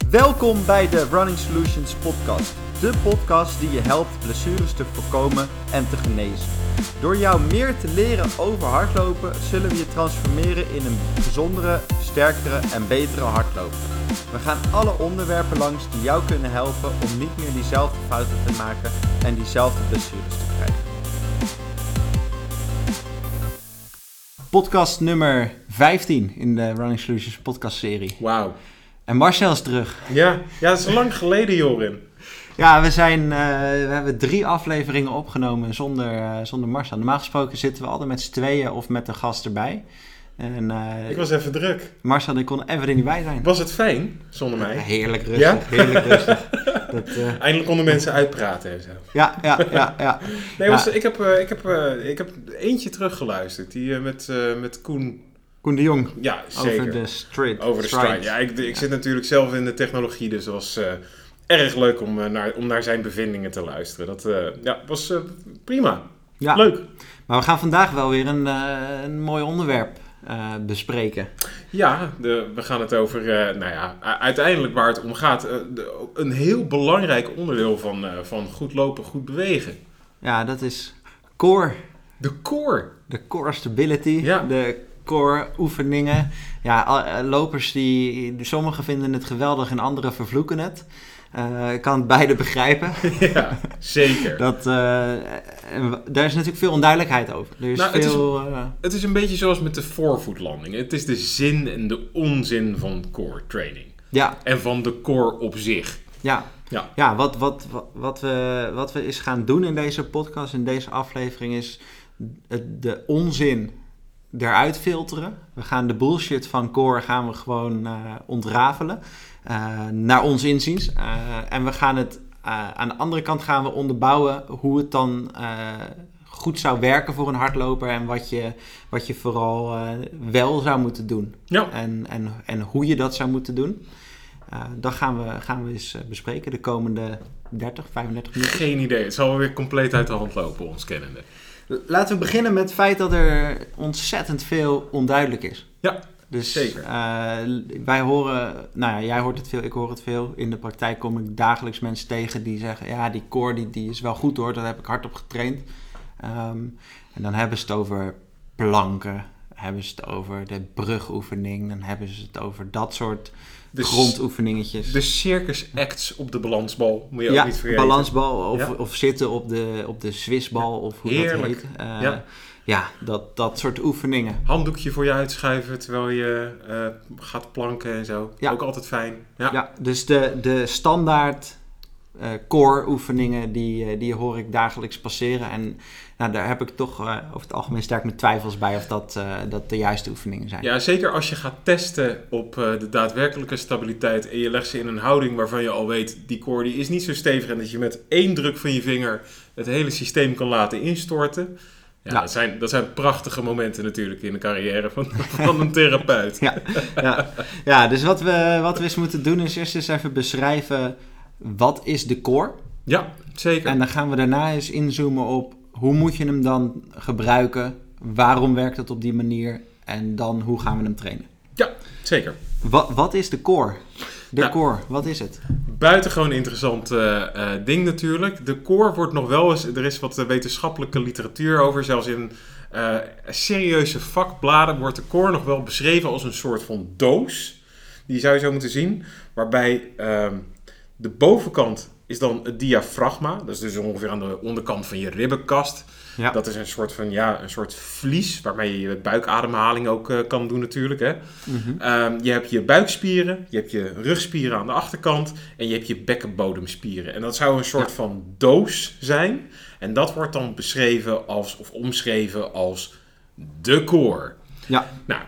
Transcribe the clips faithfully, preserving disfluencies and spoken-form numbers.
Welkom bij de Running Solutions podcast. De podcast die je helpt blessures te voorkomen en te genezen. Door jou meer te leren over hardlopen zullen we je transformeren in een gezondere, sterkere en betere hardloper. We gaan alle onderwerpen langs die jou kunnen helpen om niet meer diezelfde fouten te maken en diezelfde blessures te krijgen. Podcast nummer vijftien in de Running Solutions podcast serie. Wauw. En Marcel is terug. Ja, ja, dat is lang geleden, Jorin. Ja, we, zijn, uh, we hebben drie afleveringen opgenomen zonder, uh, zonder Marcel. Normaal gesproken zitten we altijd met z'n tweeën of met een gast erbij. En, uh, ik was even druk. Marcel, die kon even er niet bij zijn. Was het fijn, zonder mij? Ja, heerlijk rustig, ja? heerlijk rustig. Dat, uh... Eindelijk konden mensen uitpraten en zo. Ja, ja, ja. ja. Nee, ja. Was, ik, heb, uh, ik, heb, uh, ik heb eentje teruggeluisterd, die uh, met, uh, met Koen... Koen de Jong. Ja, zeker. Over de stride. Over de stride. Ja, ik, ik ja. zit natuurlijk zelf in de technologie, dus het was uh, erg leuk om, uh, naar, om naar zijn bevindingen te luisteren. Dat uh, ja, was uh, prima. Ja. Leuk. Maar we gaan vandaag wel weer een, uh, een mooi onderwerp uh, bespreken. Ja, de, we gaan het over, uh, nou ja, uiteindelijk waar het om gaat, uh, de, een heel belangrijk onderdeel van, uh, van goed lopen, goed bewegen. Ja, dat is core. De core. De core stability. Ja. De core oefeningen. Ja, lopers die, sommigen vinden het geweldig en anderen vervloeken het. Uh, ik kan het beide begrijpen. Ja, zeker. Dat, uh, daar is natuurlijk veel onduidelijkheid over. Er is nou, veel, het, is, uh... het is een beetje zoals met de voorvoetlanding. Het is de zin en de onzin van core training. Ja. En van de core op zich. Ja, ja. ja wat, wat, wat, wat, we, wat we eens gaan doen in deze podcast, in deze aflevering, is de onzin eruit filteren. We gaan de bullshit van core gaan we gewoon uh, ontrafelen. Uh, naar ons inziens. Uh, en we gaan het uh, aan de andere kant gaan we onderbouwen hoe het dan uh, goed zou werken voor een hardloper en wat je, wat je vooral uh, wel zou moeten doen. Ja. En, en, en hoe je dat zou moeten doen. Uh, dat gaan we, gaan we eens bespreken de komende dertig, vijfendertig minuten. Geen idee. Het zal weer compleet uit de hand lopen, ons kennende. Laten we beginnen met het feit dat er ontzettend veel onduidelijk is. Ja, dus, zeker. Uh, wij horen, nou ja, jij hoort het veel, ik hoor het veel. In de praktijk kom ik dagelijks mensen tegen die zeggen, ja, die core die, die is wel goed hoor, daar heb ik hard op getraind. Um, en dan hebben ze het over planken, hebben ze het over de brugoefening, dan hebben ze het over dat soort de grondoefeningetjes. De circus acts op de balansbal, moet je ja, ook niet vergeten. Balansbal of, ja. of zitten op de, op de Swissbal of hoe Heerlijk. dat heet. Uh, ja, ja dat, dat soort oefeningen. Handdoekje voor je uitschuiven terwijl je uh, gaat planken en zo. Ja. Ook altijd fijn. Ja, ja dus de, de standaard uh, core oefeningen die, uh, die hoor ik dagelijks passeren. En nou, daar heb ik toch uh, over het algemeen sterk mijn twijfels bij of dat, uh, dat de juiste oefeningen zijn. Ja, zeker als je gaat testen op uh, de daadwerkelijke stabiliteit en je legt ze in een houding waarvan je al weet, die core die is niet zo stevig en dat je met één druk van je vinger het hele systeem kan laten instorten. Ja, nou. dat, zijn, dat zijn prachtige momenten natuurlijk in de carrière van, van een therapeut. Ja, ja. ja dus wat we, wat we eens moeten doen is eerst eens even beschrijven wat is de core. Ja, zeker. En dan gaan we daarna eens inzoomen op hoe moet je hem dan gebruiken, waarom werkt het op die manier en dan hoe gaan we hem trainen. Ja, zeker. Wat, wat is de core? De nou, core, wat is het? Buitengewoon interessant uh, uh, ding natuurlijk. De core wordt nog wel eens, er is wat wetenschappelijke literatuur over, zelfs in uh, serieuze vakbladen wordt de core nog wel beschreven als een soort van doos. Die zou je zo moeten zien, waarbij uh, de bovenkant is dan het diafragma. Dat is dus ongeveer aan de onderkant van je ribbenkast. Ja. Dat is een soort van ja, een soort vlies waarmee je je buikademhaling ook uh, kan doen natuurlijk. Hè? Mm-hmm. Um, je hebt je buikspieren, je hebt je rugspieren aan de achterkant en je hebt je bekkenbodemspieren. En dat zou een soort ja. van doos zijn. En dat wordt dan beschreven als, of omschreven als de core. Ja. Nou,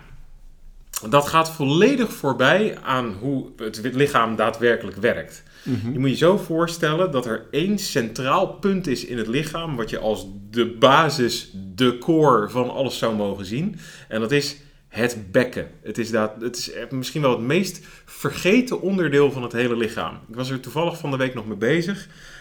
dat gaat volledig voorbij aan hoe het lichaam daadwerkelijk werkt. Mm-hmm. Je moet je zo voorstellen dat er één centraal punt is in het lichaam wat je als de basis, de core van alles zou mogen zien. En dat is het bekken. Het is, dat, het is misschien wel het meest vergeten onderdeel van het hele lichaam. Ik was er toevallig van de week nog mee bezig.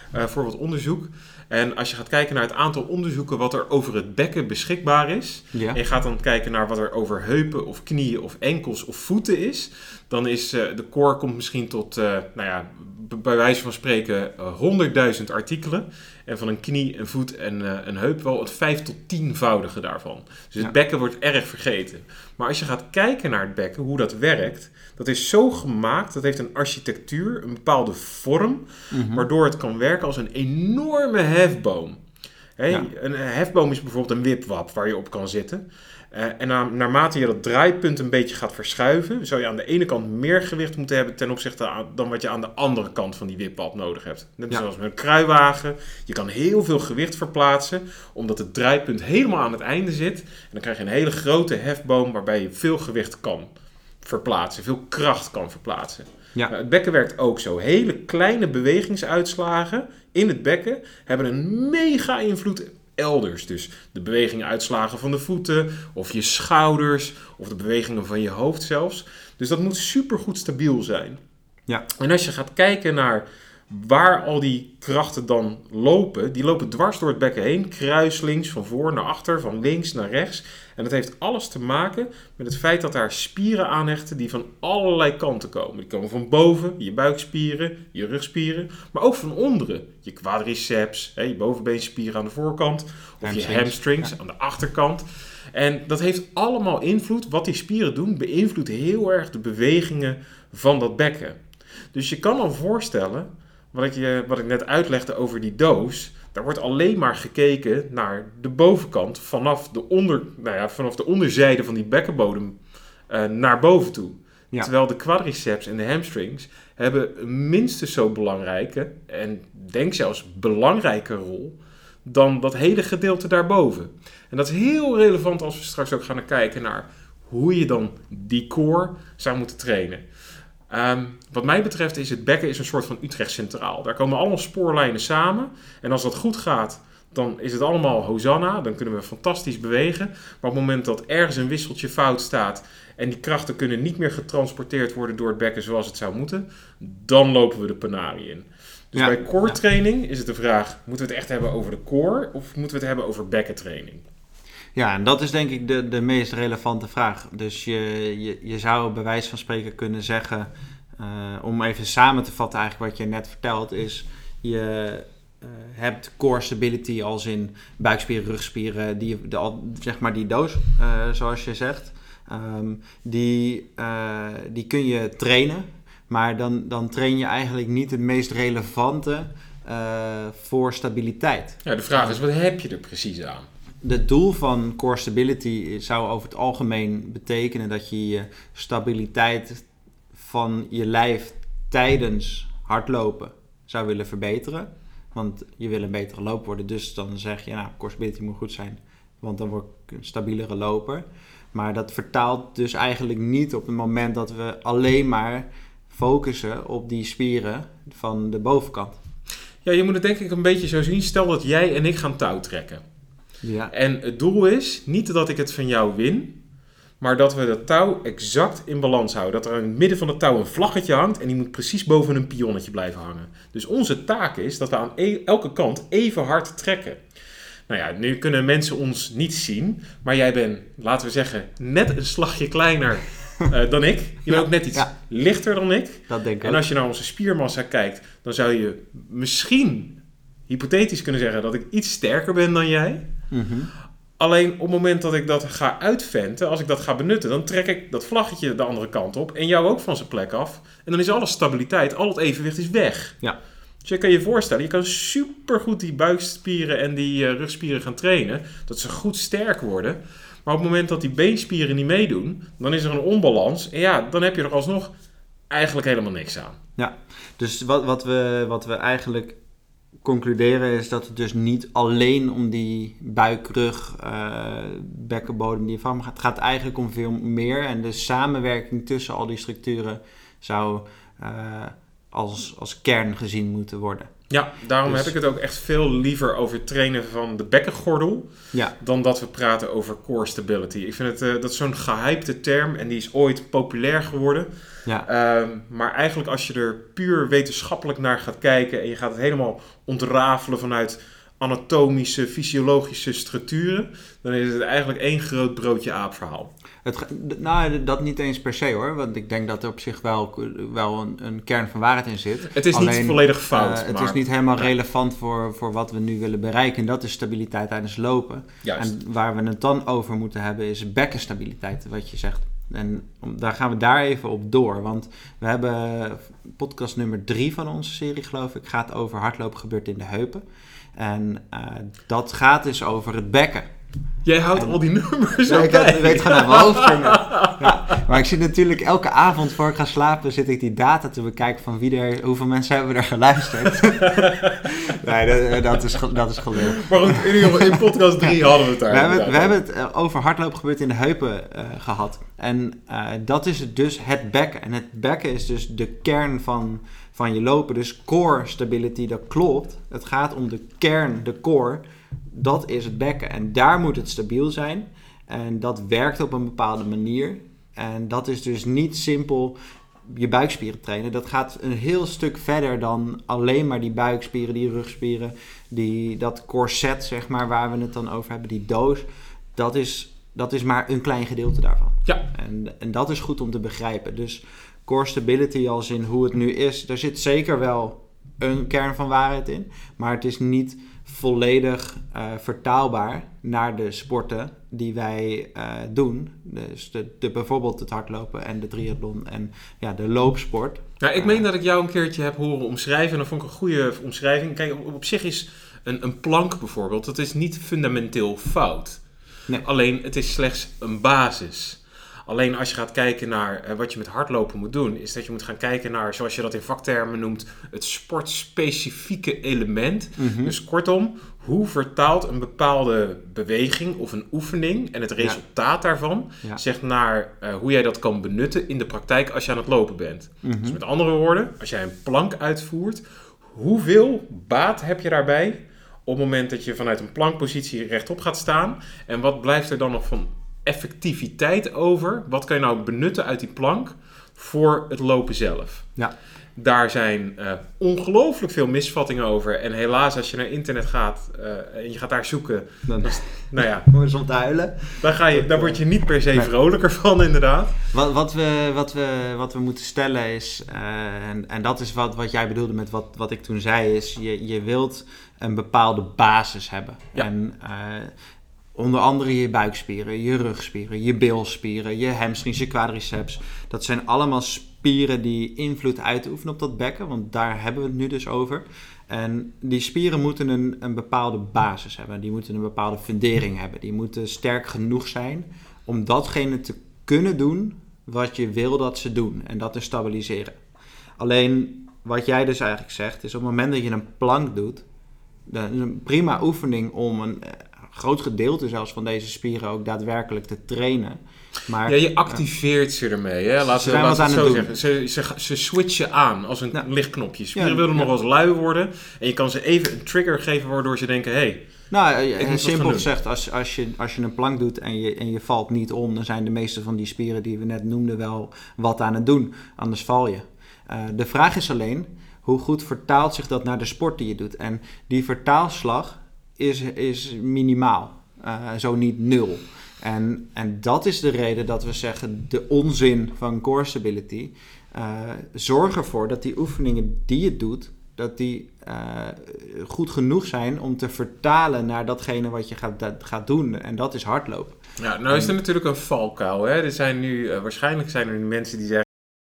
uh, voor wat onderzoek. En als je gaat kijken naar het aantal onderzoeken wat er over het bekken beschikbaar is. Ja. En je gaat dan kijken naar wat er over heupen of knieën of enkels of voeten is. Dan is uh, de core komt misschien tot, uh, nou ja, b- bij wijze van spreken uh, honderdduizend artikelen. En van een knie, een voet en uh, een heup wel het vijf tot tienvoudige daarvan. Dus het ja. bekken wordt erg vergeten. Maar als je gaat kijken naar het bekken, hoe dat werkt, dat is zo gemaakt, dat heeft een architectuur, een bepaalde vorm, mm-hmm. waardoor het kan werken als een enorme hefboom. Hey, ja. Een hefboom is bijvoorbeeld een wipwap waar je op kan zitten. Uh, en na, naarmate je dat draaipunt een beetje gaat verschuiven, zou je aan de ene kant meer gewicht moeten hebben ten opzichte aan, dan wat je aan de andere kant van die wipwap nodig hebt. Net ja. zoals met een kruiwagen. Je kan heel veel gewicht verplaatsen, omdat het draaipunt helemaal aan het einde zit. En dan krijg je een hele grote hefboom waarbij je veel gewicht kan verplaatsen, veel kracht kan verplaatsen. Ja. Nou, het bekken werkt ook zo. Hele kleine bewegingsuitslagen in het bekken hebben een mega invloed elders. Dus de bewegingen, uitslagen van de voeten, of je schouders, of de bewegingen van je hoofd zelfs. Dus dat moet supergoed stabiel zijn. Ja. En als je gaat kijken naar waar al die krachten dan lopen, die lopen dwars door het bekken heen, kruislinks, van voor naar achter, van links naar rechts. En dat heeft alles te maken met het feit dat daar spieren aanhechten die van allerlei kanten komen. Die komen van boven, je buikspieren, je rugspieren, maar ook van onderen. Je quadriceps, je bovenbeenspieren aan de voorkant, of hamstrings. je hamstrings ja. aan de achterkant. En dat heeft allemaal invloed. Wat die spieren doen, beïnvloedt heel erg de bewegingen van dat bekken. Dus je kan dan voorstellen, wat ik, je, wat ik net uitlegde over die doos, daar wordt alleen maar gekeken naar de bovenkant vanaf de, onder, nou ja, vanaf de onderzijde van die bekkenbodem uh, naar boven toe. Ja. Terwijl de quadriceps en de hamstrings hebben een minstens zo belangrijke en denk zelfs belangrijke rol dan dat hele gedeelte daarboven. En dat is heel relevant als we straks ook gaan kijken naar hoe je dan die core zou moeten trainen. Um, wat mij betreft is het bekken is een soort van Utrecht Centraal. Daar komen allemaal spoorlijnen samen. En als dat goed gaat, dan is het allemaal Hosanna. Dan kunnen we fantastisch bewegen. Maar op het moment dat ergens een wisseltje fout staat en die krachten kunnen niet meer getransporteerd worden door het bekken zoals het zou moeten, dan lopen we de penarie in. Dus ja, bij core training is het de vraag, moeten we het echt hebben over de core of moeten we het hebben over bekkentraining? Ja, en dat is denk ik de, de meest relevante vraag. Dus je, je, je zou bij wijze van spreken kunnen zeggen, uh, om even samen te vatten eigenlijk wat je net vertelt, is je uh, hebt core stability als in buikspieren, rugspieren, die, de, zeg maar die doos, uh, zoals je zegt. Um, die, uh, die kun je trainen, maar dan, dan train je eigenlijk niet het meest relevante uh, voor stabiliteit. Ja, de vraag is, wat heb je er precies aan? Het doel van core stability zou over het algemeen betekenen dat je je stabiliteit van je lijf tijdens hardlopen zou willen verbeteren. Want je wil een betere loper worden, dus dan zeg je, nou, core stability moet goed zijn, want dan word ik een stabielere loper. Maar dat vertaalt dus eigenlijk niet op het moment dat we alleen maar focussen op die spieren van de bovenkant. Ja, je moet het denk ik een beetje zo zien. Stel dat jij en ik gaan touw trekken. Ja. En het doel is niet dat ik het van jou win, maar dat we dat touw exact in balans houden. Dat er in het midden van het touw een vlaggetje hangt en die moet precies boven een pionnetje blijven hangen. Dus onze taak is dat we aan e- elke kant even hard trekken. Nou ja, nu kunnen mensen ons niet zien, maar jij bent, laten we zeggen, net een slagje kleiner uh, dan ik. Je bent ja, ook net iets ja. lichter dan ik. Dat denk ik En ook. als je naar onze spiermassa kijkt, dan zou je misschien hypothetisch kunnen zeggen dat ik iets sterker ben dan jij. Mm-hmm. Alleen op het moment dat ik dat ga uitventen, als ik dat ga benutten, dan trek ik dat vlaggetje de andere kant op en jou ook van zijn plek af. En dan is alle stabiliteit, al het evenwicht is weg. Ja. Dus je kan je voorstellen, je kan supergoed die buikspieren en die uh, rugspieren gaan trainen, dat ze goed sterk worden. Maar op het moment dat die beenspieren niet meedoen, dan is er een onbalans. En ja, dan heb je er alsnog eigenlijk helemaal niks aan. Ja, dus wat, wat, we, wat we eigenlijk concluderen is dat het dus niet alleen om die buik, rug, uh, bekkenbodem, diafragma gaat. Het gaat eigenlijk om veel meer. En de samenwerking tussen al die structuren zou uh, als, als kern gezien moeten worden. Ja, daarom Dus- heb ik het ook echt veel liever over het trainen van de bekkengordel Ja, dan dat we praten over core stability. Ik vind het, uh, dat is zo'n gehypte term en die is ooit populair geworden. ja. Um, maar eigenlijk als je er puur wetenschappelijk naar gaat kijken en je gaat het helemaal ontrafelen vanuit anatomische, fysiologische structuren, dan is het eigenlijk één groot broodje aap verhaal. Het, ge- d- nou, dat niet eens per se hoor, want ik denk dat er op zich wel, wel een, een kern van waarheid in zit. Het is Alleen, niet volledig fout. Uh, het maar, is niet helemaal ja. relevant voor, voor wat we nu willen bereiken en dat is stabiliteit tijdens lopen. Juist. En waar we het dan over moeten hebben is bekkenstabiliteit, wat je zegt. En om, daar gaan we daar even op door, want we hebben podcast nummer drie van onze serie geloof ik, gaat over hardlopen gebeurt in de heupen. En uh, dat gaat dus over het bekken. Jij houdt En, al die nummers ja, op ik bij. weet gewoon uit mijn hoofd gingen. Ja, maar ik zit natuurlijk elke avond voor ik ga slapen, zit ik die data te bekijken van wie er, hoeveel mensen hebben er geluisterd. Nee, dat, dat is, dat is gelul. Maar goed, in ieder geval in podcast drie hadden we het daar. We hebben het, we hebben het over hardlopen gebeurt in de heupen uh, gehad. En uh, dat is het dus het bekken. En het bekken is dus de kern van, van je lopen. Dus core stability, dat klopt. Het gaat om de kern, de core. Dat is het bekken. En daar moet het stabiel zijn. En dat werkt op een bepaalde manier. En dat is dus niet simpel je buikspieren trainen. Dat gaat een heel stuk verder dan alleen maar die buikspieren, die rugspieren, die, dat corset, zeg maar, waar we het dan over hebben, die doos. Dat is, dat is maar een klein gedeelte daarvan. Ja. En, en dat is goed om te begrijpen. Dus core stability als in hoe het nu is, daar zit zeker wel een kern van waarheid in. Maar het is niet volledig uh, vertaalbaar naar de sporten die wij uh, doen. Dus de, de, bijvoorbeeld het hardlopen en de triathlon en ja, de loopsport. Nou, ik meen dat ik jou een keertje heb horen omschrijven. En dat vond ik een goede omschrijving. Kijk, op, op zich is een, een plank bijvoorbeeld, dat is niet fundamenteel fout. Nee. Alleen, het is slechts een basis. Alleen als je gaat kijken naar uh, wat je met hardlopen moet doen, is dat je moet gaan kijken naar, zoals je dat in vaktermen noemt, het sportspecifieke element. Mm-hmm. Dus kortom, hoe vertaalt een bepaalde beweging of een oefening en het resultaat ja. daarvan, ja. zeg naar uh, hoe jij dat kan benutten in de praktijk als je aan het lopen bent. Mm-hmm. Dus met andere woorden, als jij een plank uitvoert, hoeveel baat heb je daarbij op het moment dat je vanuit een plankpositie rechtop gaat staan en wat blijft er dan nog van effectiviteit over? Wat kan je nou benutten uit die plank voor het lopen zelf? Ja. Daar zijn uh, ongelooflijk veel misvattingen over. En helaas, als je naar internet gaat uh, en je gaat daar zoeken, Dan, dan, nou ja, hoor je om te huilen. dan, ga je, daar word je niet per se nee. vrolijker van, inderdaad. Wat, wat, we, wat, we, wat we moeten stellen is, uh, en, en dat is wat, wat jij bedoelde met wat, wat ik toen zei, is je, je wilt een bepaalde basis hebben. Ja. En uh, onder andere je buikspieren, je rugspieren, je bilspieren, je hamstrings, je quadriceps. Dat zijn allemaal spieren die invloed uitoefenen op dat bekken, want daar hebben we het nu dus over. En die spieren moeten een, een bepaalde basis hebben, die moeten een bepaalde fundering hebben. Die moeten sterk genoeg zijn om datgene te kunnen doen wat je wil dat ze doen. En dat is stabiliseren. Alleen wat jij dus eigenlijk zegt, is op het moment dat je een plank doet, een prima oefening om een groot gedeelte zelfs van deze spieren ook daadwerkelijk te trainen. Maar, ja, je activeert uh, ze ermee. Hè? Laat ze, laat ze het zo zeggen. Ze, ze, ze switchen aan als een nou, lichtknopje. Spieren ja, willen ja. nog wel eens lui worden. En je kan ze even een trigger geven waardoor ze denken, hé, hey, nou, ik simpel gezegd, als, als, je, als je een plank doet en je, en je valt niet om, dan zijn de meeste van die spieren die we net noemden wel wat aan het doen. Anders val je. Uh, de vraag is alleen, hoe goed vertaalt zich dat naar de sport die je doet? En die vertaalslag is, is minimaal. Uh, zo niet nul. En, en dat is de reden dat we zeggen, de onzin van core stability. Uh, zorg ervoor dat die oefeningen die je doet, dat die uh, goed genoeg zijn om te vertalen naar datgene wat je gaat, dat, gaat doen. En dat is hardlopen. Ja, nou is er en, natuurlijk een valkuil. Hè? Er zijn nu, uh, waarschijnlijk zijn er nu mensen die zeggen,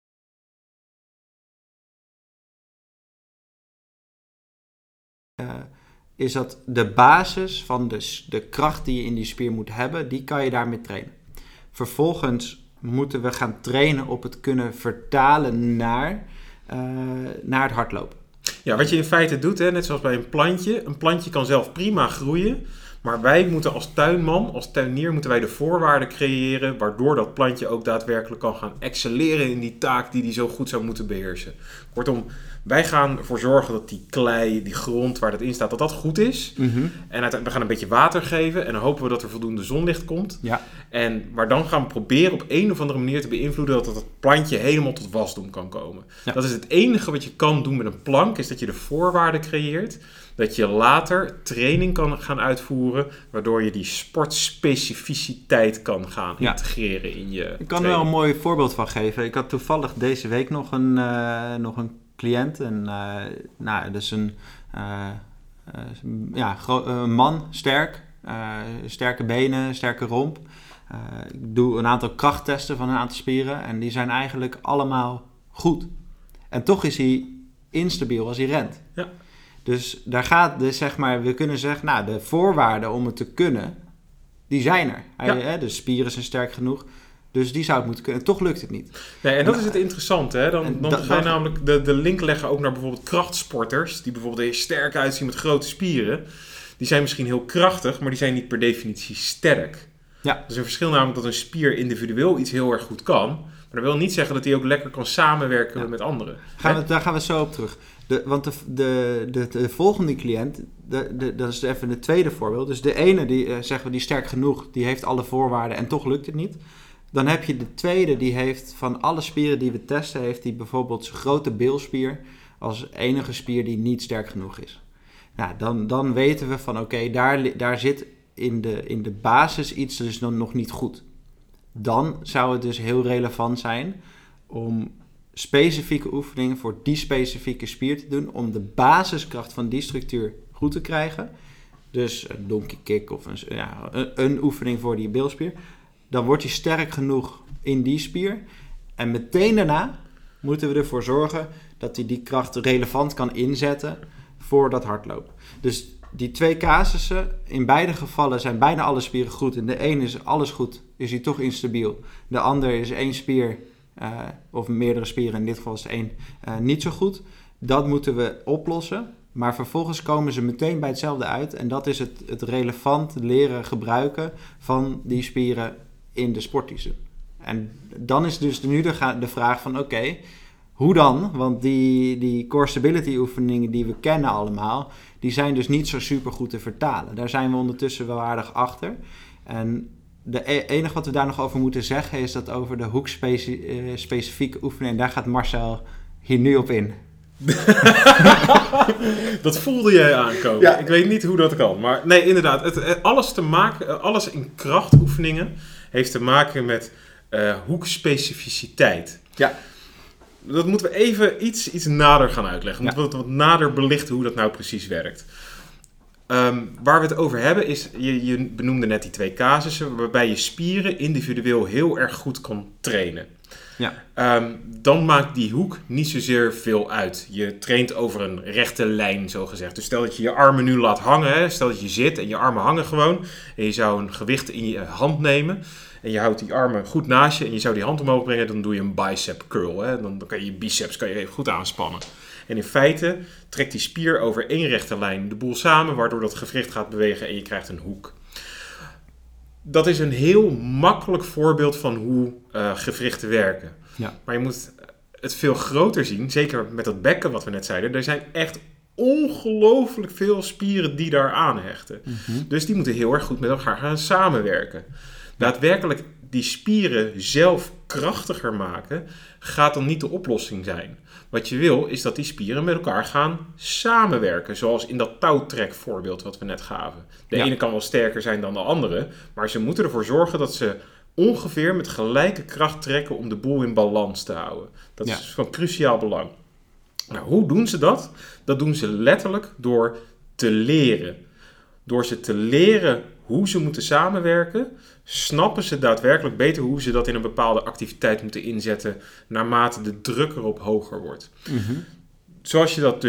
Uh, is dat de basis van de, de kracht die je in die spier moet hebben, die kan je daarmee trainen. Vervolgens moeten we gaan trainen op het kunnen vertalen naar, uh, naar het hardlopen. Ja, wat je in feite doet, hè, net zoals bij een plantje. Een plantje kan zelf prima groeien, Maar wij moeten als tuinman, als tuinier, moeten wij de voorwaarden creëren waardoor dat plantje ook daadwerkelijk kan gaan excelleren in die taak die die zo goed zou moeten beheersen. Kortom, wij gaan ervoor zorgen dat die klei, die grond waar dat in staat, dat dat goed is. Mm-hmm. En we gaan een beetje water geven en dan hopen we dat er voldoende zonlicht komt. Ja. En maar dan gaan we proberen op een of andere manier te beïnvloeden dat het plantje helemaal tot wasdom kan komen. Ja. Dat is het enige wat je kan doen met een plank, is dat je de voorwaarden creëert. Dat je later training kan gaan uitvoeren, waardoor je die sportspecificiteit kan gaan ja. integreren in je Ik kan er wel een mooi voorbeeld van geven. Ik had toevallig deze week nog een, uh, nog een cliënt. En, uh, nou, dus een, uh, uh, ja, gro- uh, man, sterk, uh, sterke benen, sterke romp. Uh, ik doe een aantal krachttesten van een aantal spieren en die zijn eigenlijk allemaal goed. En toch is hij instabiel als hij rent. Ja. Dus daar gaat, dus zeg maar, we kunnen zeggen, nou, de voorwaarden om het te kunnen, die zijn er. Ja. Hè, de spieren zijn sterk genoeg, dus die zou het moeten kunnen. Toch lukt het niet. Nee, en dat en, is het interessante. Hè? Dan, dan da, ga je da, namelijk de, de link leggen ook naar bijvoorbeeld krachtsporters, die bijvoorbeeld heel sterk uitzien met grote spieren. Die zijn misschien heel krachtig, maar die zijn niet per definitie sterk. Ja. Er is een verschil namelijk dat een spier individueel iets heel erg goed kan, maar dat wil niet zeggen dat hij ook lekker kan samenwerken ja. met anderen. Gaan we, daar gaan we zo op terug. De, want de, de, de, de volgende cliënt, de, de, dat is even het tweede voorbeeld. Dus de ene, die uh, zeggen we, die is sterk genoeg, die heeft alle voorwaarden en toch lukt het niet. Dan heb je de tweede, die heeft van alle spieren die we testen, heeft die bijvoorbeeld zijn grote bilspier als enige spier die niet sterk genoeg is. Nou, dan, dan weten we van oké, okay, daar, daar zit in de, in de basis iets dus nog niet goed. Dan zou het dus heel relevant zijn om specifieke oefeningen voor die specifieke spier te doen, om de basiskracht van die structuur goed te krijgen. Dus een donkey kick of een, ja, een, een oefening voor die bilspier. Dan wordt hij sterk genoeg in die spier. En meteen daarna moeten we ervoor zorgen dat hij die kracht relevant kan inzetten voor dat hardlopen. Dus die twee casussen, in beide gevallen zijn bijna alle spieren goed. In de ene is alles goed, is hij toch instabiel. De ander is één spier, uh, of meerdere spieren, in dit geval is het één, uh, niet zo goed. Dat moeten we oplossen. Maar vervolgens komen ze meteen bij hetzelfde uit. En dat is het, het relevant leren gebruiken van die spieren in de sport die ze doen. En dan is dus nu de, de vraag van oké, okay, hoe dan? Want die, die core stability oefeningen die we kennen allemaal, die zijn dus niet zo super goed te vertalen. Daar zijn we ondertussen wel aardig achter. En de e- enige wat we daar nog over moeten zeggen is dat over de hoekspecifieke uh, oefeningen, daar gaat Marcel hier nu op in. Dat voelde jij aankomen. Ja. Ik weet niet hoe dat kan. Maar nee, inderdaad. Het, alles, te maken, alles in krachtoefeningen heeft te maken met uh, hoekspecificiteit. Ja. Dat moeten we even iets, iets nader gaan uitleggen. Ja. Moeten we wat nader belichten hoe dat nou precies werkt. Um, waar we het over hebben is, je, je benoemde net die twee casussen, waarbij je spieren individueel heel erg goed kan trainen. Ja. Um, dan maakt die hoek niet zozeer veel uit. Je traint over een rechte lijn, zo gezegd. Dus stel dat je je armen nu laat hangen. Hè? Stel dat je zit en je armen hangen gewoon. En je zou een gewicht in je hand nemen. En je houdt die armen goed naast je. En je zou die hand omhoog brengen. Dan doe je een bicep curl. Hè? Dan, dan kan je je biceps kan je even goed aanspannen. En in feite trekt die spier over één rechte lijn de boel samen. Waardoor dat gewricht gaat bewegen en je krijgt een hoek. Dat is een heel makkelijk voorbeeld van hoe uh, gewrichten werken. Ja. Maar je moet het veel groter zien. Zeker met dat bekken wat we net zeiden. Er zijn echt ongelooflijk veel spieren die daar aan hechten. Mm-hmm. Dus die moeten heel erg goed met elkaar gaan samenwerken. Daadwerkelijk die spieren zelf krachtiger maken gaat dan niet de oplossing zijn. Wat je wil is dat die spieren met elkaar gaan samenwerken. Zoals in dat touwtrekvoorbeeld wat we net gaven. De ja. ene kan wel sterker zijn dan de andere. Maar ze moeten ervoor zorgen dat ze ongeveer met gelijke kracht trekken om de boel in balans te houden. Dat ja. is van cruciaal belang. Nou, hoe doen ze dat? Dat doen ze letterlijk door te leren. Door ze te leren hoe ze moeten samenwerken, snappen ze daadwerkelijk beter hoe ze dat in een bepaalde activiteit moeten inzetten naarmate de druk erop hoger wordt. Mm-hmm. Zoals je dat dus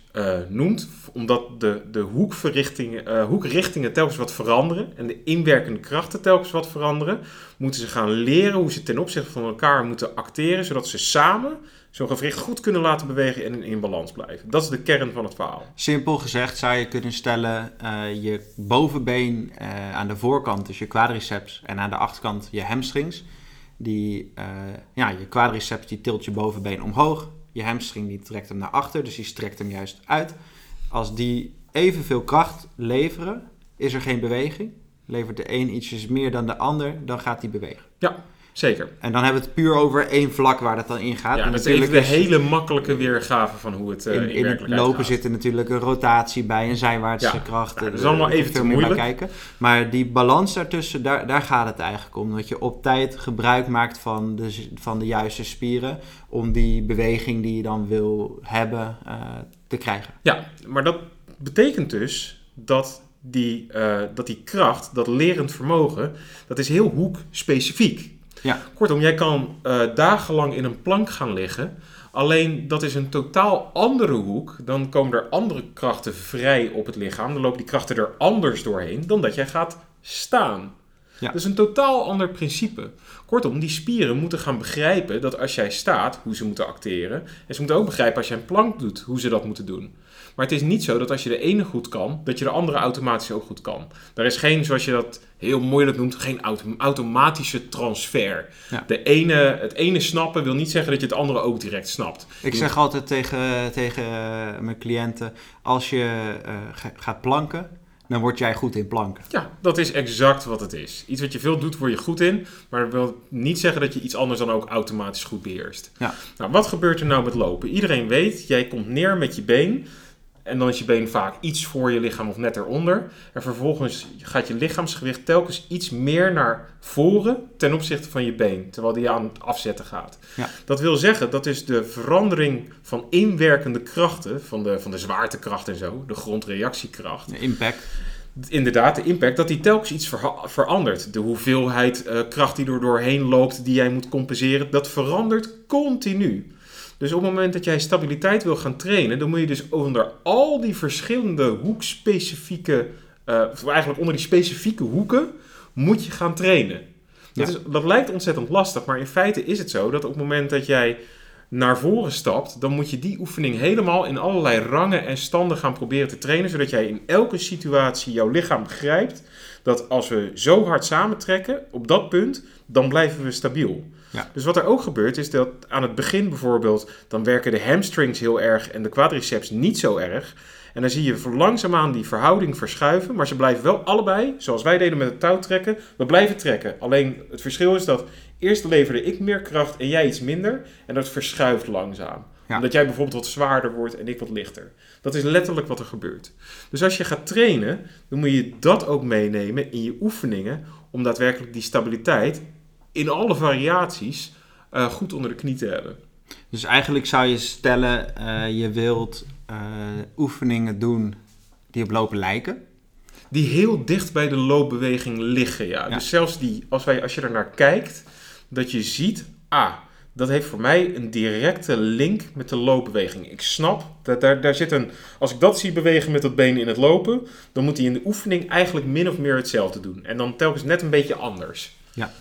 uh, noemt, omdat de, de hoekverrichtingen, uh, hoekrichtingen telkens wat veranderen en de inwerkende krachten telkens wat veranderen, moeten ze gaan leren hoe ze ten opzichte van elkaar moeten acteren, zodat ze samen zo'n gewricht goed kunnen laten bewegen en in balans blijven. Dat is de kern van het verhaal. Simpel gezegd zou je kunnen stellen, uh, je bovenbeen uh, aan de voorkant, dus je quadriceps, en aan de achterkant je hamstrings. Die, uh, ja, je quadriceps die tilt je bovenbeen omhoog, je hamstring die trekt hem naar achter, dus die strekt hem juist uit. Als die evenveel kracht leveren, is er geen beweging. Levert de een ietsjes meer dan de ander, dan gaat die bewegen. Ja, zeker. En dan hebben we het puur over één vlak waar dat dan in gaat. Ja, en dat is even de hele makkelijke weergave van hoe het uh, in, in, in het lopen gaat. Zit er natuurlijk een rotatie bij, een zijwaartse ja, kracht. Ja, dat is allemaal even te moeilijk. Kijken. Maar die balans daartussen, daar, daar gaat het eigenlijk om. Dat je op tijd gebruik maakt van de, van de juiste spieren om die beweging die je dan wil hebben uh, te krijgen. Ja, maar dat betekent dus dat die, uh, dat die kracht, dat lerend vermogen, dat is heel hoekspecifiek. Ja. Kortom, jij kan uh, dagenlang in een plank gaan liggen. Alleen dat is een totaal andere hoek. Dan komen er andere krachten vrij op het lichaam. Dan lopen die krachten er anders doorheen dan dat jij gaat staan. Ja. Dat is een totaal ander principe. Kortom, die spieren moeten gaan begrijpen dat als jij staat, hoe ze moeten acteren. En ze moeten ook begrijpen als jij een plank doet, hoe ze dat moeten doen. Maar het is niet zo dat als je de ene goed kan, dat je de andere automatisch ook goed kan. Er is geen, zoals je dat heel moeilijk noemt, geen autom- automatische transfer. Ja. De ene, het ene snappen wil niet zeggen dat je het andere ook direct snapt. Ik zeg altijd tegen, tegen mijn cliënten, als je uh, gaat planken, dan word jij goed in planken. Ja, dat is exact wat het is. Iets wat je veel doet, word je goed in. Maar dat wil niet zeggen dat je iets anders dan ook automatisch goed beheerst. Ja. Nou, wat gebeurt er nou met lopen? Iedereen weet, jij komt neer met je been. En dan is je been vaak iets voor je lichaam of net eronder. En vervolgens gaat je lichaamsgewicht telkens iets meer naar voren ten opzichte van je been. Terwijl die aan het afzetten gaat. Ja. Dat wil zeggen, dat is de verandering van inwerkende krachten. Van de, van de zwaartekracht en zo. De grondreactiekracht. De impact. Inderdaad, de impact. Dat die telkens iets ver- verandert. De hoeveelheid uh, kracht die er doorheen loopt, die jij moet compenseren. Dat verandert continu. Dus op het moment dat jij stabiliteit wil gaan trainen, dan moet je dus onder al die verschillende hoekspecifieke, uh, of eigenlijk onder die specifieke hoeken, moet je gaan trainen. Dat, ja. is, dat lijkt ontzettend lastig, maar in feite is het zo dat op het moment dat jij naar voren stapt, dan moet je die oefening helemaal in allerlei rangen en standen gaan proberen te trainen, zodat jij in elke situatie jouw lichaam begrijpt dat als we zo hard samentrekken, op dat punt, dan blijven we stabiel. Ja. Dus wat er ook gebeurt is dat aan het begin bijvoorbeeld, dan werken de hamstrings heel erg en de quadriceps niet zo erg. En dan zie je langzaamaan die verhouding verschuiven, maar ze blijven wel allebei, zoals wij deden met het touwtrekken, we blijven trekken. Alleen het verschil is dat eerst leverde ik meer kracht en jij iets minder en dat verschuift langzaam. Ja. Omdat jij bijvoorbeeld wat zwaarder wordt en ik wat lichter. Dat is letterlijk wat er gebeurt. Dus als je gaat trainen, dan moet je dat ook meenemen in je oefeningen om daadwerkelijk die stabiliteit in alle variaties uh, goed onder de knie te hebben. Dus eigenlijk zou je stellen, uh, je wilt uh, oefeningen doen die op lopen lijken. Die heel dicht bij de loopbeweging liggen, ja. ja. Dus zelfs die, als, wij, als je er naar kijkt, dat je ziet, ah, dat heeft voor mij een directe link met de loopbeweging. Ik snap, dat daar, daar zit een, als ik dat zie bewegen met dat been in het lopen, dan moet hij in de oefening eigenlijk min of meer hetzelfde doen. En dan telkens net een beetje anders. Ja.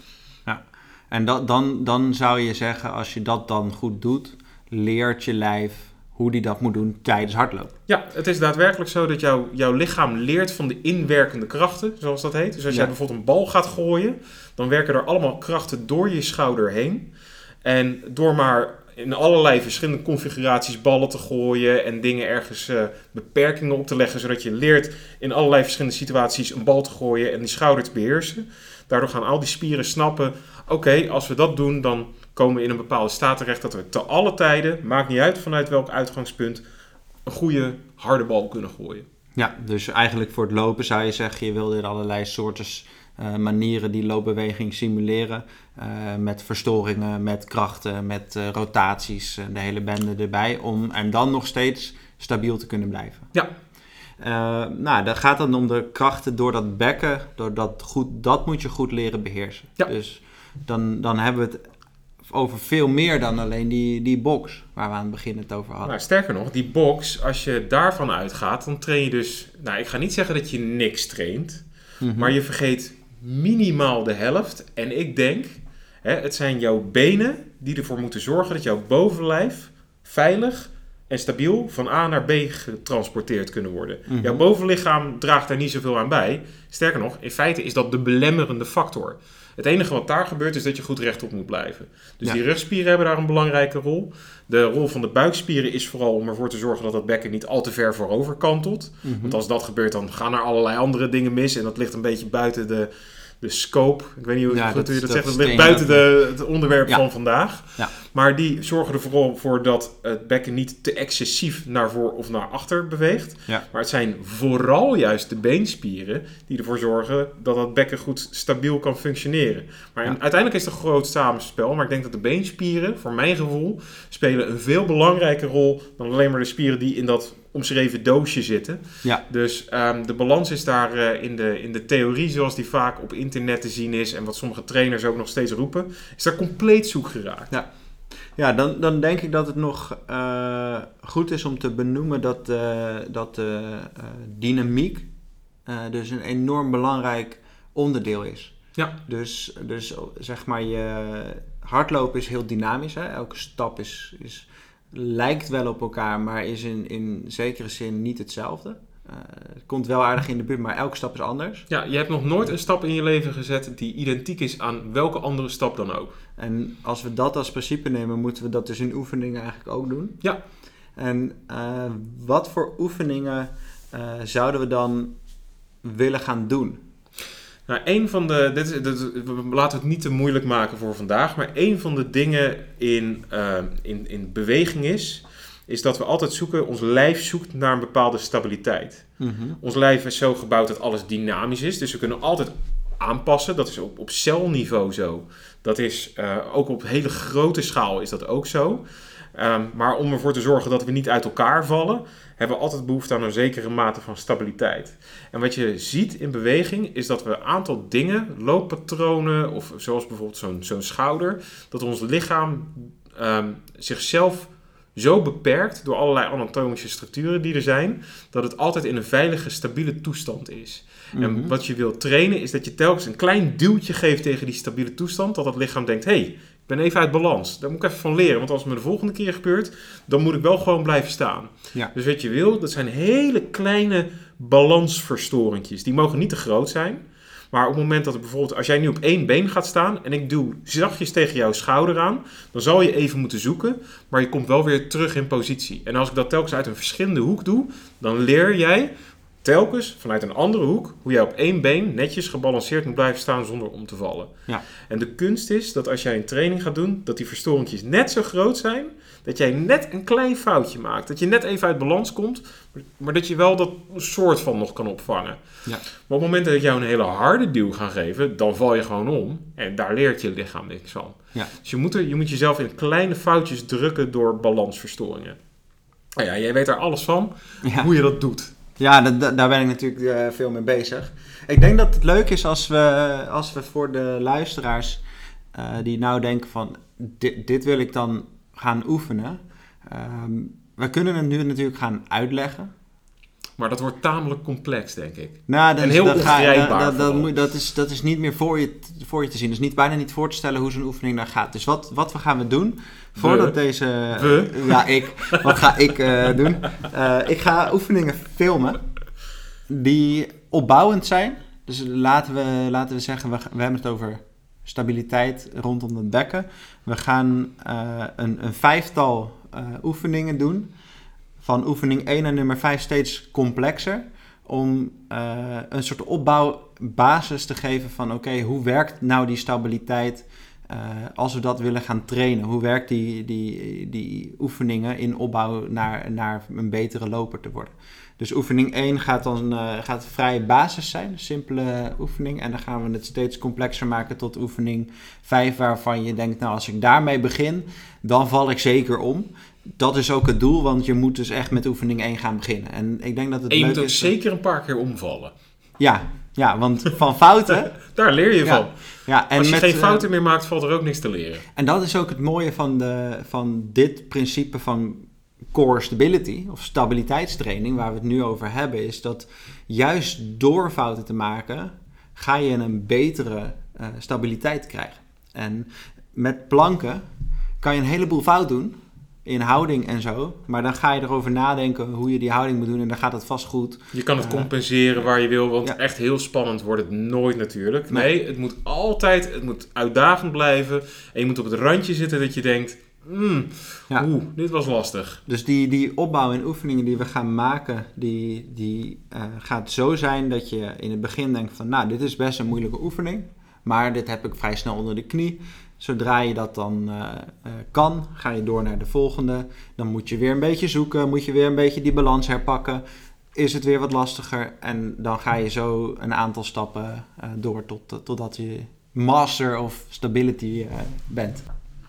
En dat, dan, dan zou je zeggen, als je dat dan goed doet, leert je lijf hoe die dat moet doen tijdens hardlopen. Ja, het is daadwerkelijk zo dat jouw, jouw lichaam leert van de inwerkende krachten, zoals dat heet. Dus als ja. jij bijvoorbeeld een bal gaat gooien, dan werken er allemaal krachten door je schouder heen. En door maar in allerlei verschillende configuraties ballen te gooien en dingen ergens uh, beperkingen op te leggen, zodat je leert in allerlei verschillende situaties een bal te gooien en die schouder te beheersen. Daardoor gaan al die spieren snappen, oké, okay, als we dat doen, dan komen we in een bepaalde staat terecht dat we te alle tijden, maakt niet uit vanuit welk uitgangspunt, een goede harde bal kunnen gooien. Ja, dus eigenlijk voor het lopen zou je zeggen, je wil in allerlei soorten uh, manieren die loopbeweging simuleren. Uh, met verstoringen, met krachten, met uh, rotaties, uh, de hele bende erbij. Om, en dan nog steeds stabiel te kunnen blijven. Ja. Uh, nou, dat gaat dan om de krachten door dat bekken. Door dat, goed, dat moet je goed leren beheersen. Ja. Dus dan, dan hebben we het over veel meer dan alleen die, die box waar we aan het begin het over hadden. Nou, sterker nog, die box, als je daarvan uitgaat, dan train je dus... Nou, ik ga niet zeggen dat je niks traint, mm-hmm. maar je vergeet minimaal de helft. En ik denk, hè, het zijn jouw benen die ervoor moeten zorgen dat jouw bovenlijf veilig en stabiel van A naar B getransporteerd kunnen worden. Mm-hmm. Jouw bovenlichaam draagt daar niet zoveel aan bij. Sterker nog, in feite is dat de belemmerende factor. Het enige wat daar gebeurt is dat je goed rechtop moet blijven. Dus ja. die rugspieren hebben daar een belangrijke rol. De rol van de buikspieren is vooral om ervoor te zorgen dat het bekken niet al te ver voorover kantelt. Mm-hmm. Want als dat gebeurt, dan gaan er allerlei andere dingen mis. En dat ligt een beetje buiten de, de scope. Ik weet niet hoe, ja, goed hoe je dat, dat zegt. Dat ligt buiten de, het onderwerp ja. van vandaag. Ja. Maar die zorgen er vooral voor dat het bekken niet te excessief naar voor of naar achter beweegt. Ja. Maar het zijn vooral juist de beenspieren die ervoor zorgen dat het bekken goed stabiel kan functioneren. Maar ja. uiteindelijk is het een groot samenspel. Maar ik denk dat de beenspieren, voor mijn gevoel, spelen een veel belangrijke rol dan alleen maar de spieren die in dat omschreven doosje zitten. Ja. Dus um, de balans is daar uh, in, de, in de theorie, zoals die vaak op internet te zien is en wat sommige trainers ook nog steeds roepen, is daar compleet zoek geraakt. Ja. Ja, dan, dan denk ik dat het nog uh, goed is om te benoemen dat, uh, dat uh, uh, dynamiek uh, dus een enorm belangrijk onderdeel is. Ja. Dus, dus zeg maar, je hardlopen is heel dynamisch. Hè? Elke stap is, is, lijkt wel op elkaar, maar is in, in zekere zin niet hetzelfde. Uh, het komt wel aardig in de buurt, maar elke stap is anders. Ja, je hebt nog nooit een stap in je leven gezet die identiek is aan welke andere stap dan ook. En als we dat als principe nemen, moeten we dat dus in oefeningen eigenlijk ook doen. Ja. En uh, wat voor oefeningen uh, zouden we dan willen gaan doen? Nou, een van de... Dit is, dit, laten we het niet te moeilijk maken voor vandaag, maar een van de dingen in, uh, in, in beweging is... is dat we altijd zoeken, ons lijf zoekt naar een bepaalde stabiliteit. Mm-hmm. Ons lijf is zo gebouwd dat alles dynamisch is. Dus we kunnen altijd aanpassen. Dat is op, op celniveau zo. Dat is uh, ook op hele grote schaal is dat ook zo. Um, maar om ervoor te zorgen dat we niet uit elkaar vallen, hebben we altijd behoefte aan een zekere mate van stabiliteit. En wat je ziet in beweging is dat we een aantal dingen, looppatronen of zoals bijvoorbeeld zo'n, zo'n schouder, dat ons lichaam um, zichzelf zo beperkt door allerlei anatomische structuren die er zijn, dat het altijd in een veilige, stabiele toestand is. Mm-hmm. En wat je wilt trainen is dat je telkens een klein duwtje geeft tegen die stabiele toestand, dat het lichaam denkt, hé, hey, ik ben even uit balans. Daar moet ik even van leren, want als het me de volgende keer gebeurt, dan moet ik wel gewoon blijven staan. Ja. Dus wat je wil, dat zijn hele kleine balansverstoringjes. Die mogen niet te groot zijn. Maar op het moment dat er bijvoorbeeld, als jij nu op één been gaat staan en ik duw zachtjes tegen jouw schouder aan, dan zal je even moeten zoeken, maar je komt wel weer terug in positie. En als ik dat telkens uit een verschillende hoek doe, dan leer jij telkens vanuit een andere hoek hoe jij op één been netjes gebalanceerd moet blijven staan zonder om te vallen. Ja. En de kunst is dat als jij een training gaat doen, dat die verstoringjes net zo groot zijn, dat jij net een klein foutje maakt. Dat je net even uit balans komt, maar dat je wel dat soort van nog kan opvangen. Ja. Maar op het moment dat ik jou een hele harde duw ga geven, dan val je gewoon om. En daar leert je lichaam niks van. Ja. Dus je moet, er, je moet jezelf in kleine foutjes drukken door balansverstoringen. Nou ja, jij weet er alles van, ja. hoe je dat doet. Ja, d- d- daar ben ik natuurlijk uh, veel mee bezig. Ik denk dat het leuk is als we, als we voor de luisteraars uh, die nou denken van, dit, dit wil ik dan gaan oefenen. Um, we kunnen het nu natuurlijk gaan uitleggen. Maar dat wordt tamelijk complex, denk ik. Nou, dat en is, heel dat ongrijpbaar. Dat, dat, dat, dat, is, dat is niet meer voor je, voor je te zien. Dus niet, bijna niet voor te stellen hoe zo'n oefening daar gaat. Dus wat, wat we gaan we doen? Voordat we. deze... We? Ja, ik. Wat ga ik uh, doen? Uh, ik ga oefeningen filmen die opbouwend zijn. Dus laten we, laten we zeggen, we, we hebben het over stabiliteit rondom het bekken. We gaan uh, een, een vijftal uh, oefeningen doen. Van oefening één en nummer vijf steeds complexer. Om uh, een soort opbouwbasis te geven van oké, okay, hoe werkt nou die stabiliteit uh, als we dat willen gaan trainen? Hoe werkt die, die, die oefeningen in opbouw naar, naar een betere loper te worden? Dus oefening één gaat dan uh, gaat vrij basis zijn, een simpele oefening. En dan gaan we het steeds complexer maken tot oefening vijf, waarvan je denkt, nou als ik daarmee begin, dan val ik zeker om. Dat is ook het doel, want je moet dus echt met oefening één gaan beginnen. En ik denk dat het en je leuk moet ook is zeker een paar keer omvallen. Ja, ja, want van fouten... Daar leer je ja, van. Ja, en Als je met, geen fouten uh, meer maakt, valt er ook niks te leren. En dat is ook het mooie van, de, van dit principe van core stability, of stabiliteitstraining, waar we het nu over hebben, is dat juist door fouten te maken, ga je een betere uh, stabiliteit krijgen. En met planken kan je een heleboel fout doen, in houding en zo, maar dan ga je erover nadenken hoe je die houding moet doen en dan gaat het vast goed. Je kan het Uh, compenseren waar je wil, want ja. echt heel spannend wordt het nooit natuurlijk. Nee, Nee. het moet altijd, het moet uitdagend blijven en je moet op het randje zitten dat je denkt, mm, Ja. oeh, dit was lastig. Dus die, die opbouw en oefeningen die we gaan maken, die, die uh, gaat zo zijn dat je in het begin denkt van, nou, dit is best een moeilijke oefening, maar dit heb ik vrij snel onder de knie. Zodra je dat dan uh, uh, kan, ga je door naar de volgende. Dan moet je weer een beetje zoeken, moet je weer een beetje die balans herpakken. Is het weer wat lastiger en dan ga je zo een aantal stappen uh, door tot, uh, totdat je master of stability uh, bent.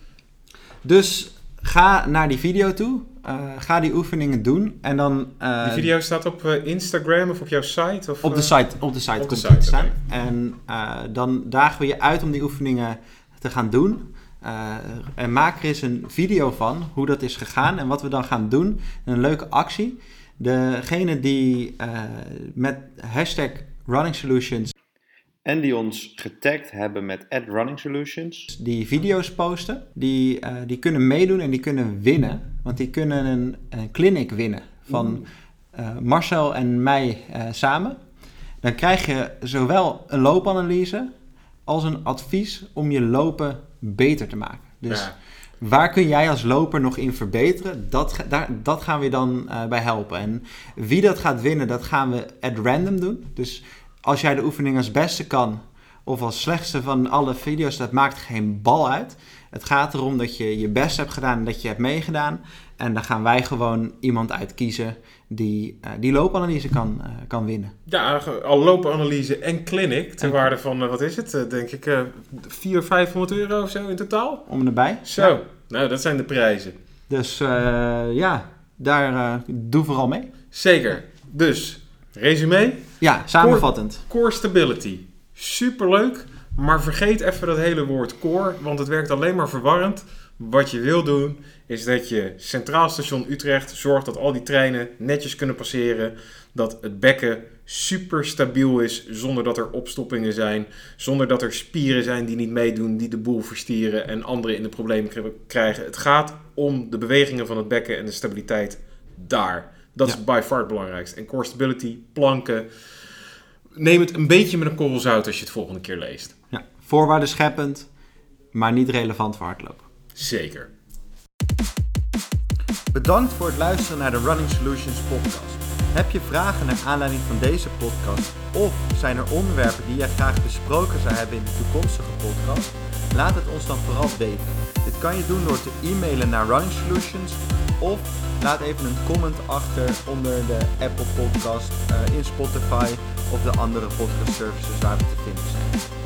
Dus ga naar die video toe, uh, ga die oefeningen doen en dan... Uh, Die video staat op uh, Instagram of op jouw site? Of, op de uh, site, op de site op de komt site, het te staan. okay. En uh, dan dagen we je uit om die oefeningen te gaan doen. Uh, en maak er eens een video van hoe dat is gegaan en wat we dan gaan doen. Een leuke actie. Degene die uh, met hashtag Running Solutions en die ons getagd hebben met at Running Solutions, die video's posten, die, uh, die kunnen meedoen en die kunnen winnen. Want die kunnen een, een clinic winnen van uh, Marcel en mij uh, samen. Dan krijg je zowel een loopanalyse als een advies om je lopen beter te maken. Dus Ja. waar kun jij als loper nog in verbeteren? Dat, daar, dat gaan we je dan uh, bij helpen. En wie dat gaat winnen, dat gaan we at random doen. Dus als jij de oefening als beste kan of als slechtste van alle video's, dat maakt geen bal uit. Het gaat erom dat je je best hebt gedaan en dat je hebt meegedaan. En dan gaan wij gewoon iemand uitkiezen die uh, die loopanalyse kan, uh, kan winnen. Ja, al loopanalyse en clinic ter En- waarde van, uh, wat is het, uh, denk ik, uh, vierhonderd, vijfhonderd euro of zo in totaal? Om en erbij. Zo, Ja. nou dat zijn de prijzen. Dus uh, ja, daar uh, doe vooral mee. Zeker. Dus, resume, Ja, samenvattend. core stability. Superleuk, maar vergeet even dat hele woord core, want het werkt alleen maar verwarrend. Wat je wil doen, is dat je Centraal Station Utrecht zorgt dat al die treinen netjes kunnen passeren. Dat het bekken super stabiel is, zonder dat er opstoppingen zijn. Zonder dat er spieren zijn die niet meedoen, die de boel verstieren en anderen in de problemen krijgen. Het gaat om de bewegingen van het bekken en de stabiliteit daar. Dat Ja. is by far het belangrijkste. En core stability, planken. Neem het een beetje met een korrel zout als je het volgende keer leest. Ja, voorwaarden scheppend, maar niet relevant voor hardlopen. Zeker. Bedankt voor het luisteren naar de Running Solutions podcast. Heb je vragen naar aanleiding van deze podcast of zijn er onderwerpen die jij graag besproken zou hebben in de toekomstige podcast? Laat het ons dan vooral weten. Dit kan je doen door te e-mailen naar Running Solutions of laat even een comment achter onder de Apple Podcast, uh, in Spotify of de andere podcast services waar we te vinden zijn.